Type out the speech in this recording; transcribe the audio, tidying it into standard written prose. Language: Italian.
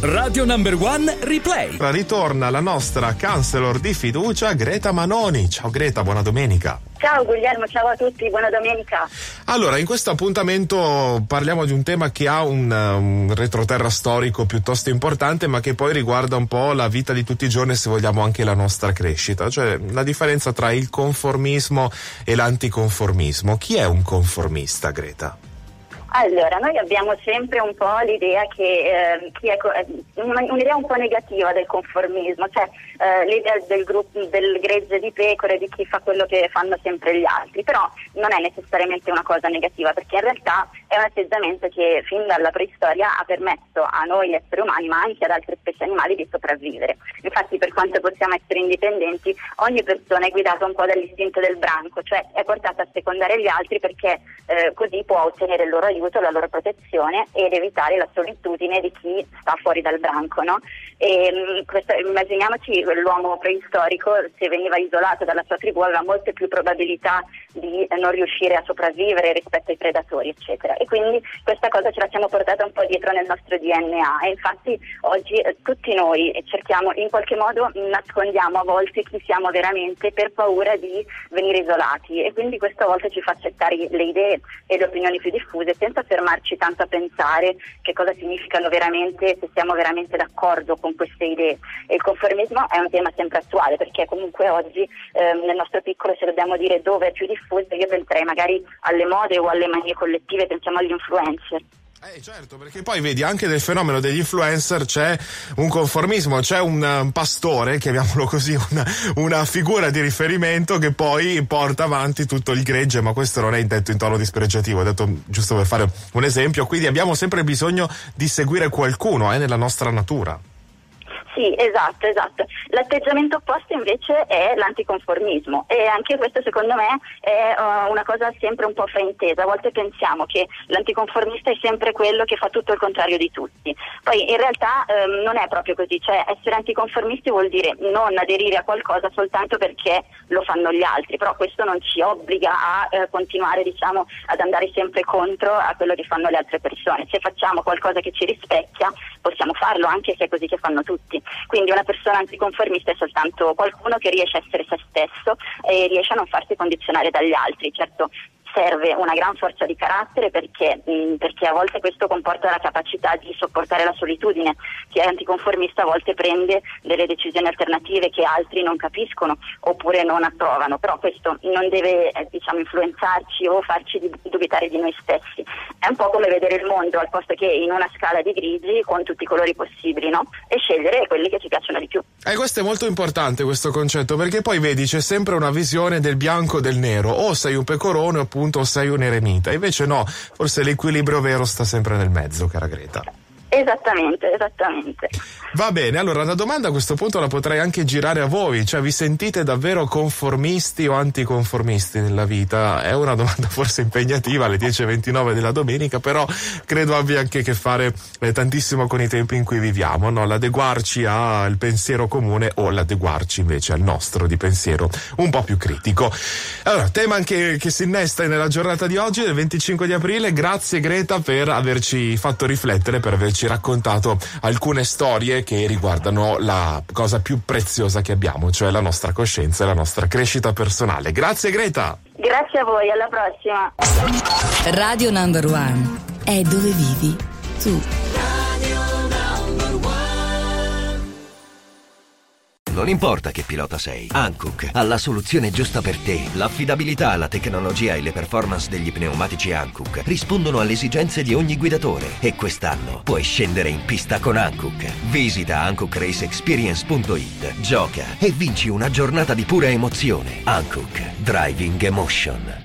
Radio Number One Replay. Ritorna la nostra counselor di fiducia Greta Manoni. Ciao Greta, buona domenica. Ciao Guglielmo, ciao a tutti, buona domenica. Allora, in questo appuntamento parliamo di un tema che ha un retroterra storico piuttosto importante, ma che poi riguarda un po' la vita di tutti i giorni, se vogliamo anche la nostra crescita, cioè la differenza tra il conformismo e l'anticonformismo. Chi è un conformista, Greta? Allora, noi abbiamo sempre un po' l'idea che un'idea un po' negativa del conformismo, cioè l'idea del gruppo, del gregge di pecore, di chi fa quello che fanno sempre gli altri, però non è necessariamente una cosa negativa, perché in realtà è un atteggiamento che fin dalla preistoria ha permesso a noi esseri umani, ma anche ad altre specie animali, di sopravvivere. Infatti, per quanto possiamo essere indipendenti, ogni persona è guidata un po' dall'istinto del branco, cioè è portata a secondare gli altri perché così può ottenere il loro aiuto, la loro protezione ed evitare la solitudine di chi sta fuori dal branco, no? Immaginiamoci l'uomo preistorico, se veniva isolato dalla sua tribù aveva molte più probabilità di non riuscire a sopravvivere rispetto ai predatori, eccetera. E quindi questa cosa ce la siamo portata un po' dietro nel nostro DNA, e infatti oggi tutti noi cerchiamo, in qualche modo nascondiamo a volte chi siamo veramente per paura di venire isolati, e quindi questa volta ci fa accettare le idee e le opinioni più diffuse senza fermarci tanto a pensare che cosa significano veramente, se siamo veramente d'accordo con queste idee. E il conformismo è un tema sempre attuale, perché comunque oggi nel nostro piccolo, se dobbiamo dire dove è più diffuso, io penserei magari alle mode o alle manie collettive, pensiamo agli influencer. Certo, perché poi vedi anche del fenomeno degli influencer c'è un conformismo, c'è un pastore, chiamiamolo così, una figura di riferimento che poi porta avanti tutto il gregge, ma questo non è detto in tono dispregiativo, ho detto giusto per fare un esempio. Quindi abbiamo sempre bisogno di seguire qualcuno nella nostra natura. Sì, esatto. L'atteggiamento opposto invece è l'anticonformismo, e anche questo secondo me è una cosa sempre un po' fraintesa. A volte pensiamo che l'anticonformista è sempre quello che fa tutto il contrario di tutti, poi in realtà non è proprio così, cioè essere anticonformisti vuol dire non aderire a qualcosa soltanto perché lo fanno gli altri, però questo non ci obbliga a continuare, diciamo, ad andare sempre contro a quello che fanno le altre persone. Se facciamo qualcosa che ci rispecchia possiamo farlo, anche se è così che fanno tutti. Quindi una persona anticonformista è soltanto qualcuno che riesce a essere se stesso e riesce a non farsi condizionare dagli altri. Certo, serve una gran forza di carattere perché a volte questo comporta la capacità di sopportare la solitudine. Chi è anticonformista a volte prende delle decisioni alternative che altri non capiscono oppure non approvano, però questo non deve influenzarci o farci dubitare di noi stessi. È un po' come vedere il mondo al posto che in una scala di grigi con tutti i colori possibili, no? E scegliere quelli che ci piacciono di più. Questo è molto importante, questo concetto, perché poi vedi c'è sempre una visione del bianco e del nero, o sei un pecorone appunto o sei un eremita, invece no, forse l'equilibrio vero sta sempre nel mezzo, cara Greta. Esattamente. Va bene, allora la domanda a questo punto la potrei anche girare a voi, cioè vi sentite davvero conformisti o anticonformisti nella vita? È una domanda forse impegnativa alle 10:29 della domenica, però credo abbia anche a che fare tantissimo con i tempi in cui viviamo, no? L'adeguarci al pensiero comune o l'adeguarci invece al nostro di pensiero un po' più critico. Allora, tema anche che si innesta nella giornata di oggi, del 25 di aprile. Grazie Greta per averci fatto riflettere, per averci raccontato alcune storie che riguardano la cosa più preziosa che abbiamo, cioè la nostra coscienza e la nostra crescita personale. Grazie Greta. Grazie a voi, alla prossima. Radio Number One è dove vivi tu. Non importa che pilota sei, Hankook ha la soluzione giusta per te. L'affidabilità, la tecnologia e le performance degli pneumatici Hankook rispondono alle esigenze di ogni guidatore, e quest'anno puoi scendere in pista con Hankook. Visita HankookRaceExperience.it, gioca e vinci una giornata di pura emozione. Hankook Driving Emotion.